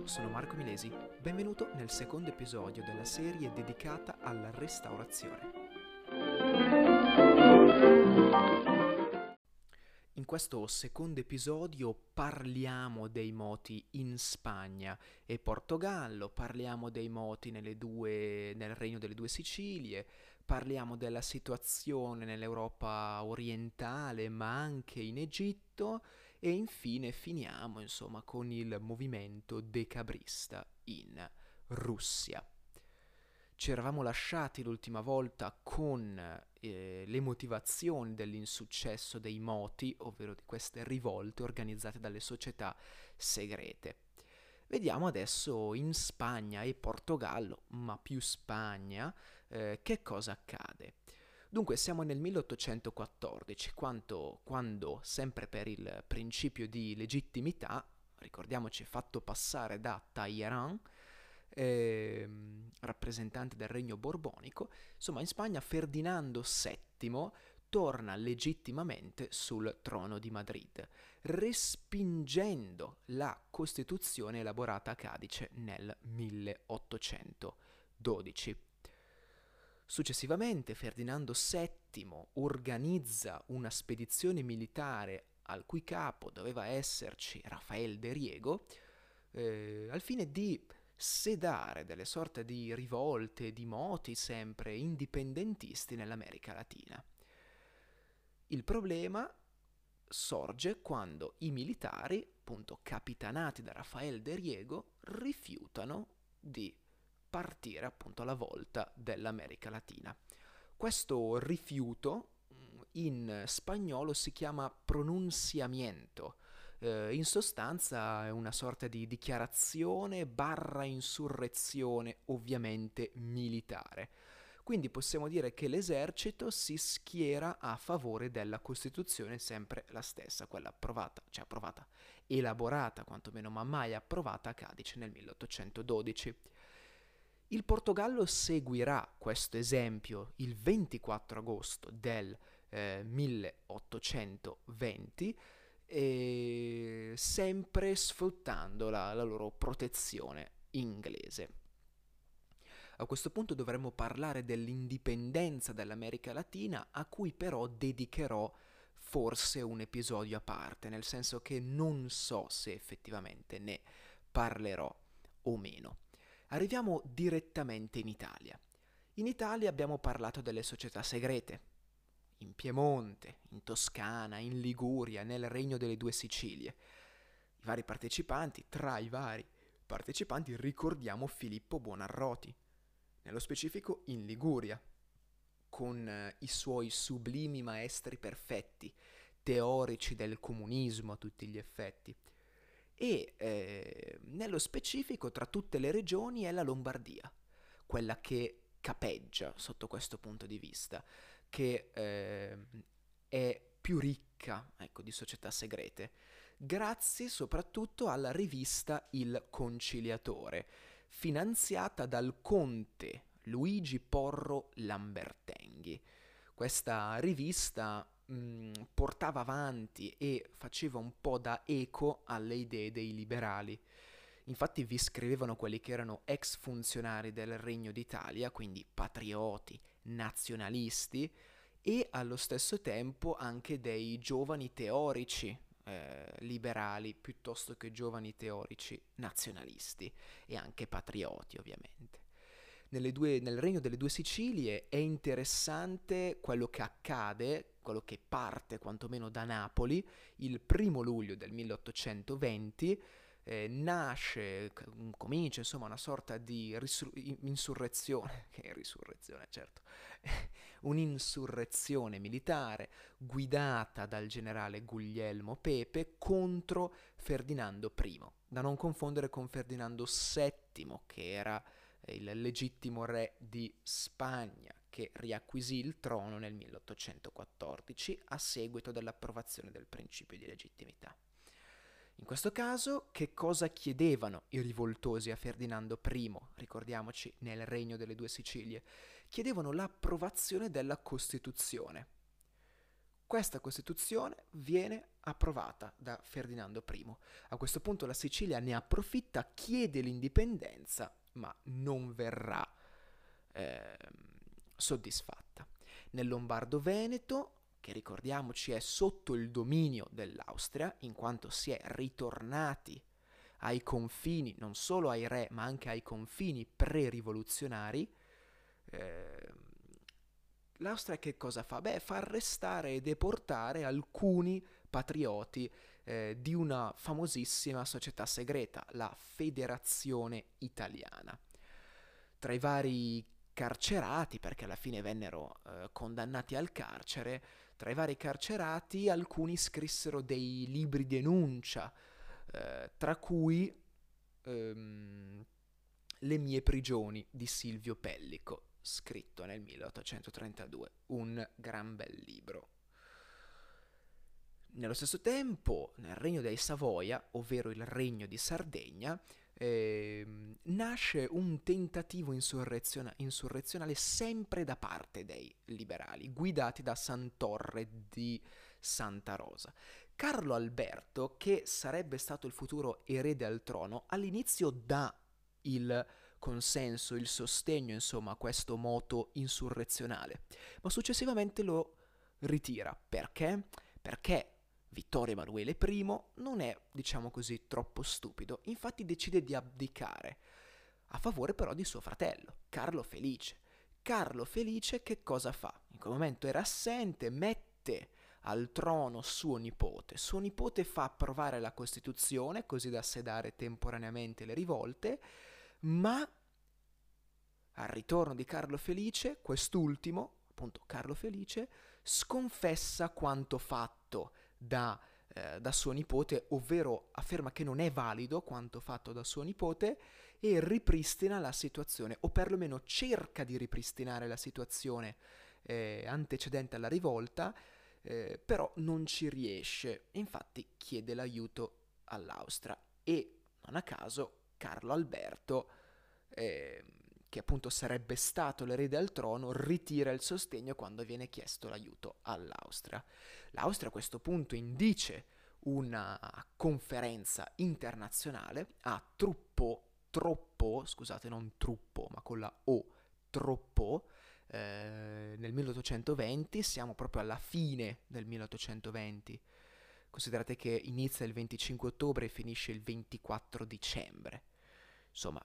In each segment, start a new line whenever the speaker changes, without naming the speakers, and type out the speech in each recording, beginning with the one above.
sono Marco Milesi, benvenuto nel secondo episodio della serie dedicata alla restaurazione. In questo secondo episodio parliamo dei moti in Spagna e Portogallo, parliamo dei moti nel Regno delle Due Sicilie, parliamo della situazione nell'Europa orientale ma anche in Egitto e infine finiamo con il movimento decabrista in Russia. Ci eravamo lasciati l'ultima volta con le motivazioni dell'insuccesso dei moti, ovvero di queste rivolte organizzate dalle società segrete. Vediamo adesso in Spagna e Portogallo, ma più Spagna, che cosa accade. Dunque siamo nel 1814, quando sempre per il principio di legittimità, ricordiamoci fatto passare da Talleyrand, rappresentante del regno borbonico, insomma in Spagna Ferdinando VII torna legittimamente sul trono di Madrid, respingendo la Costituzione elaborata a Cadice nel 1812. Successivamente Ferdinando VII organizza una spedizione militare al cui capo doveva esserci Rafael de Riego, al fine di sedare delle sorte di rivolte, di moti sempre indipendentisti nell'America Latina. Il problema sorge quando i militari, appunto capitanati da Rafael de Riego, rifiutano di partire appunto alla volta dell'America Latina. Questo rifiuto in spagnolo si chiama pronunciamiento. In sostanza è una sorta di dichiarazione / insurrezione, ovviamente militare. Quindi possiamo dire che l'esercito si schiera a favore della Costituzione, sempre la stessa, quella elaborata quantomeno, ma mai approvata a Cadice nel 1812. Il Portogallo seguirà questo esempio il 24 agosto del 1820, sempre sfruttando la loro protezione inglese. A questo punto dovremmo parlare dell'indipendenza dell'America Latina, a cui però dedicherò forse un episodio a parte, nel senso che non so se effettivamente ne parlerò o meno. Arriviamo direttamente in Italia. In Italia abbiamo parlato delle società segrete, in Piemonte, in Toscana, in Liguria, nel Regno delle Due Sicilie. Tra i vari partecipanti ricordiamo Filippo Buonarroti, nello specifico in Liguria, con i suoi sublimi maestri perfetti, teorici del comunismo a tutti gli effetti. E nello specifico tra tutte le regioni è la Lombardia, quella che capeggia sotto questo punto di vista, che è più ricca, di società segrete, grazie soprattutto alla rivista Il Conciliatore, finanziata dal conte Luigi Porro Lambertenghi. Questa rivista portava avanti e faceva un po' da eco alle idee dei liberali. Infatti vi scrivevano quelli che erano ex funzionari del Regno d'Italia, quindi patrioti, nazionalisti, e allo stesso tempo anche dei giovani teorici liberali piuttosto che giovani teorici nazionalisti e anche patrioti, ovviamente. Nel Regno delle Due Sicilie è interessante quello che accade, quello che parte quantomeno da Napoli il 1 luglio del 1820. Comincia insomma una sorta di insurrezione, che risurrezione certo, un'insurrezione militare guidata dal generale Guglielmo Pepe contro Ferdinando I, da non confondere con Ferdinando VII, che era il legittimo re di Spagna, che riacquisì il trono nel 1814 a seguito dell'approvazione del principio di legittimità. In questo caso, che cosa chiedevano i rivoltosi a Ferdinando I, ricordiamoci, nel Regno delle Due Sicilie? Chiedevano l'approvazione della Costituzione. Questa Costituzione viene approvata da Ferdinando I. A questo punto la Sicilia ne approfitta, chiede l'indipendenza, ma non verrà soddisfatta. Nel Lombardo-Veneto, che ricordiamoci è sotto il dominio dell'Austria, in quanto si è ritornati ai confini, non solo ai re, ma anche ai confini pre-rivoluzionari, l'Austria che cosa fa? Beh, fa arrestare e deportare alcuni patrioti di una famosissima società segreta, la Federazione Italiana. Tra i vari carcerati, perché alla fine vennero condannati al carcere, tra i vari carcerati alcuni scrissero dei libri denuncia, tra cui Le mie prigioni di Silvio Pellico, scritto nel 1832, un gran bel libro. Nello stesso tempo, nel regno dei Savoia, ovvero il regno di Sardegna, nasce un tentativo insurrezionale sempre da parte dei liberali, guidati da Santorre di Santa Rosa. Carlo Alberto, che sarebbe stato il futuro erede al trono, all'inizio dà il consenso, il sostegno, insomma, a questo moto insurrezionale, ma successivamente lo ritira. Perché? Perché Vittorio Emanuele I non è, diciamo così, troppo stupido, infatti decide di abdicare, a favore però di suo fratello, Carlo Felice. Carlo Felice che cosa fa? In quel momento era assente, mette al trono suo nipote fa approvare la Costituzione così da sedare temporaneamente le rivolte, ma al ritorno di Carlo Felice, quest'ultimo, appunto Carlo Felice, sconfessa quanto fatto da suo nipote, ovvero afferma che non è valido quanto fatto da suo nipote e ripristina la situazione, o perlomeno cerca di ripristinare la situazione antecedente alla rivolta, però non ci riesce. Infatti chiede l'aiuto all'Austria e, non a caso, Carlo Alberto, che appunto sarebbe stato l'erede al trono, ritira il sostegno quando viene chiesto l'aiuto all'Austria. L'Austria a questo punto indice una conferenza internazionale a Troppo, scusate, non Truppo, ma con la O, Troppo, nel 1820, siamo proprio alla fine del 1820. Considerate che inizia il 25 ottobre e finisce il 24 dicembre. Insomma,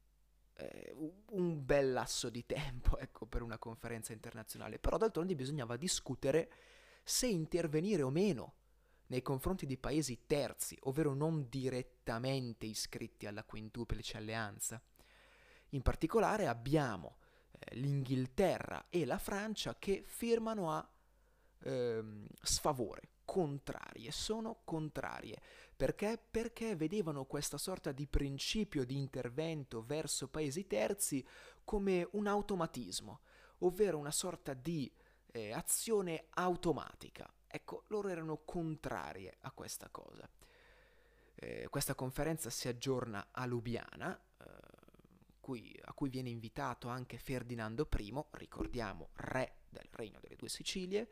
un bel lasso di tempo, ecco, per una conferenza internazionale. Però d'altronde bisognava discutere se intervenire o meno nei confronti di paesi terzi, ovvero non direttamente iscritti alla quintuplice alleanza. In particolare abbiamo l'Inghilterra e la Francia che firmano a sfavore, sono contrarie. Perché? Perché vedevano questa sorta di principio di intervento verso paesi terzi come un automatismo, ovvero una sorta di azione automatica. Ecco, loro erano contrarie a questa cosa. Questa conferenza si aggiorna a Lubiana, a cui viene invitato anche Ferdinando I, ricordiamo, re del Regno delle Due Sicilie,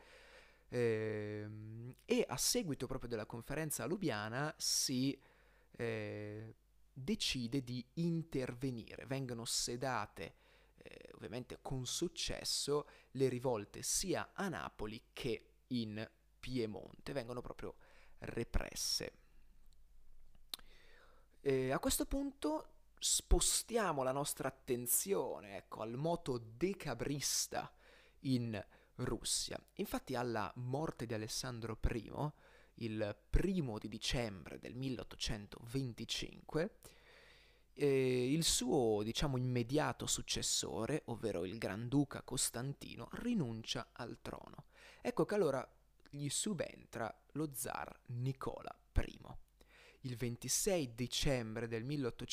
e a seguito proprio della conferenza a Lubiana si decide di intervenire. Vengono sedate, ovviamente con successo, le rivolte sia a Napoli che in Piemonte, vengono proprio represse. A questo punto spostiamo la nostra attenzione, ecco, al moto decabrista in Russia. Infatti alla morte di Alessandro I, il 1 del 1825, il suo, diciamo, immediato successore, ovvero il Granduca Costantino, rinuncia al trono. Ecco che allora gli subentra lo zar Nicola I. Il 26 dicembre del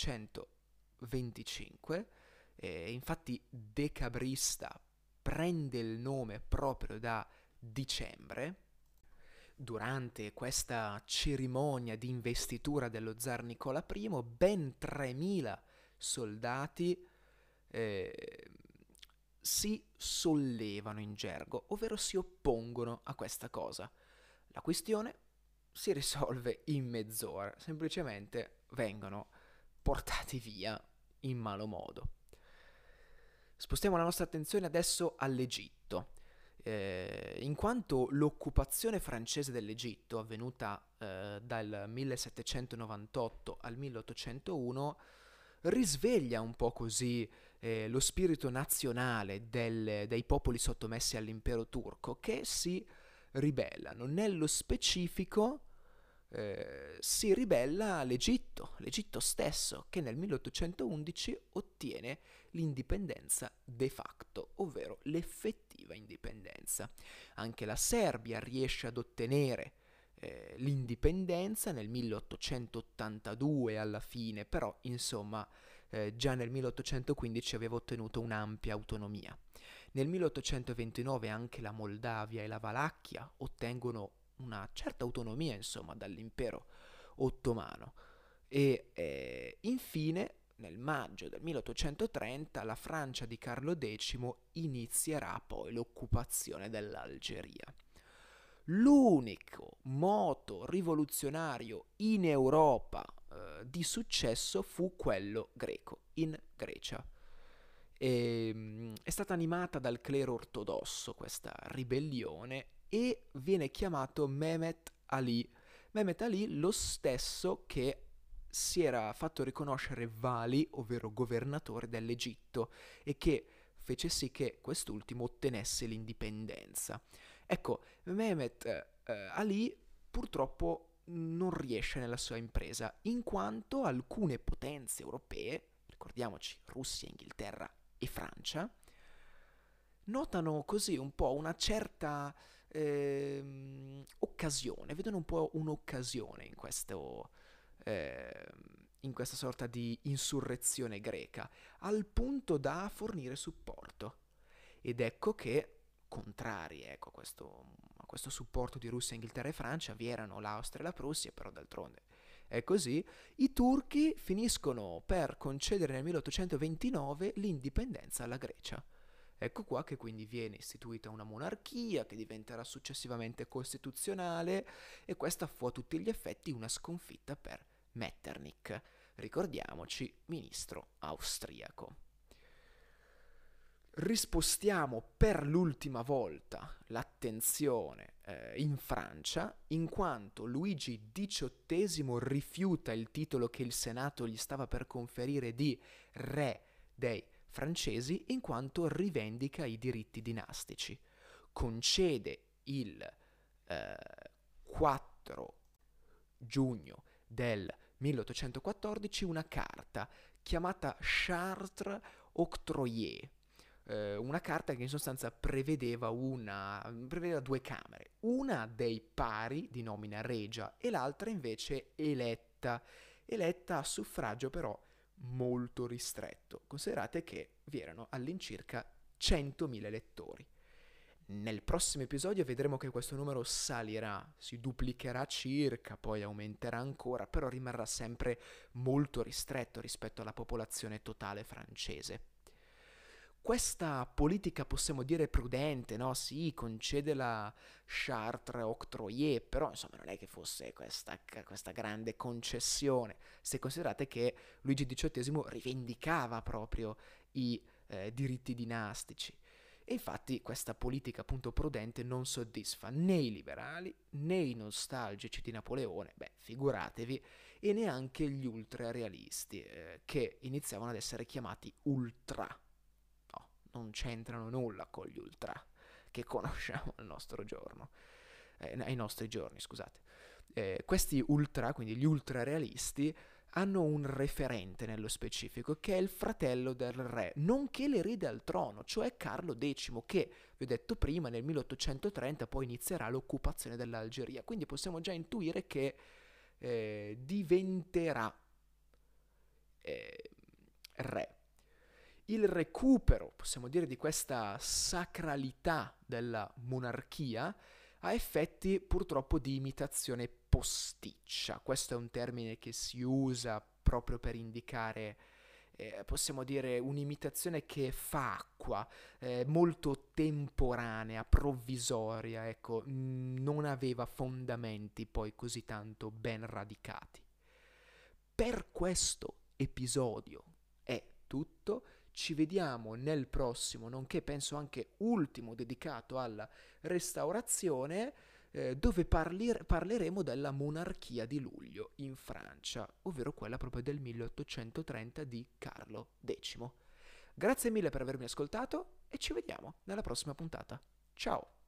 1825, infatti decabrista prende il nome proprio da dicembre, durante questa cerimonia di investitura dello zar Nicola I, ben 3.000 soldati si sollevano in gergo, ovvero si oppongono a questa cosa. La questione si risolve in mezz'ora, semplicemente vengono portati via in malo modo. Spostiamo la nostra attenzione adesso all'Egitto, in quanto l'occupazione francese dell'Egitto, avvenuta dal 1798 al 1801, risveglia un po' così lo spirito nazionale dei popoli sottomessi all'impero turco, che si ribellano. Nello specifico si ribella l'Egitto stesso, che nel 1811 ottiene l'indipendenza de facto, ovvero l'effettiva indipendenza. Anche la Serbia riesce ad ottenere l'indipendenza nel 1882 alla fine, però insomma già nel 1815 aveva ottenuto un'ampia autonomia. Nel 1829 anche la Moldavia e la Valacchia ottengono una certa autonomia, insomma, dall'impero ottomano. E infine, nel maggio del 1830, la Francia di Carlo X inizierà poi l'occupazione dell'Algeria. L'unico moto rivoluzionario in Europa di successo fu quello greco, in Grecia. È stata animata dal clero ortodosso questa ribellione e viene chiamato Mehmet Ali. Mehmet Ali, lo stesso che si era fatto riconoscere Vali, ovvero governatore dell'Egitto, e che fece sì che quest'ultimo ottenesse l'indipendenza. Ecco, Mehmet Ali purtroppo non riesce nella sua impresa, in quanto alcune potenze europee, ricordiamoci Russia, Inghilterra e Francia, notano così un po' una certa occasione, vedono un po' un'occasione in questa sorta di insurrezione greca, al punto da fornire supporto. Ed ecco che, contrari a questo supporto di Russia, Inghilterra e Francia, vi erano l'Austria e la Prussia, però d'altronde è così, i turchi finiscono per concedere nel 1829 l'indipendenza alla Grecia. Ecco qua che quindi viene istituita una monarchia che diventerà successivamente costituzionale, e questa fu a tutti gli effetti una sconfitta per Metternich, ricordiamoci, ministro austriaco. Rispostiamo per l'ultima volta l'attenzione in Francia, in quanto Luigi XVIII rifiuta il titolo che il Senato gli stava per conferire di re dei francesi, in quanto rivendica i diritti dinastici. Concede il 4 giugno del 1814 una carta chiamata Chartres Octroyer, una carta che in sostanza prevedeva due camere, una dei pari di nomina regia e l'altra invece eletta a suffragio però molto ristretto. Considerate che vi erano all'incirca 100.000 elettori. Nel prossimo episodio vedremo che questo numero salirà, si duplicherà circa, poi aumenterà ancora, però rimarrà sempre molto ristretto rispetto alla popolazione totale francese. Questa politica possiamo dire prudente, no? Sì, concede la Chartres Octroyer, però insomma non è che fosse questa grande concessione, se considerate che Luigi XVIII rivendicava proprio i diritti dinastici. E infatti questa politica appunto prudente non soddisfa né i liberali né i nostalgici di Napoleone, figuratevi, e neanche gli ultrarealisti, che iniziavano ad essere chiamati ultra. No, non c'entrano nulla con gli ultra che conosciamo ai nostri giorni, scusate. Questi ultra, quindi gli ultrarealisti, hanno un referente nello specifico, che è il fratello del re, nonché l'erede al trono, cioè Carlo X, che, vi ho detto prima, nel 1830 poi inizierà l'occupazione dell'Algeria. Quindi possiamo già intuire che diventerà re. Il recupero, possiamo dire, di questa sacralità della monarchia ha effetti purtroppo di imitazione posticcia. Questo è un termine che si usa proprio per indicare possiamo dire un'imitazione che fa acqua, molto temporanea, provvisoria, ecco, non aveva fondamenti poi così tanto ben radicati. Per questo episodio è tutto, ci vediamo nel prossimo, nonché penso anche ultimo dedicato alla restaurazione, dove parleremo della monarchia di luglio in Francia, ovvero quella proprio del 1830 di Carlo X. Grazie mille per avermi ascoltato e ci vediamo nella prossima puntata. Ciao!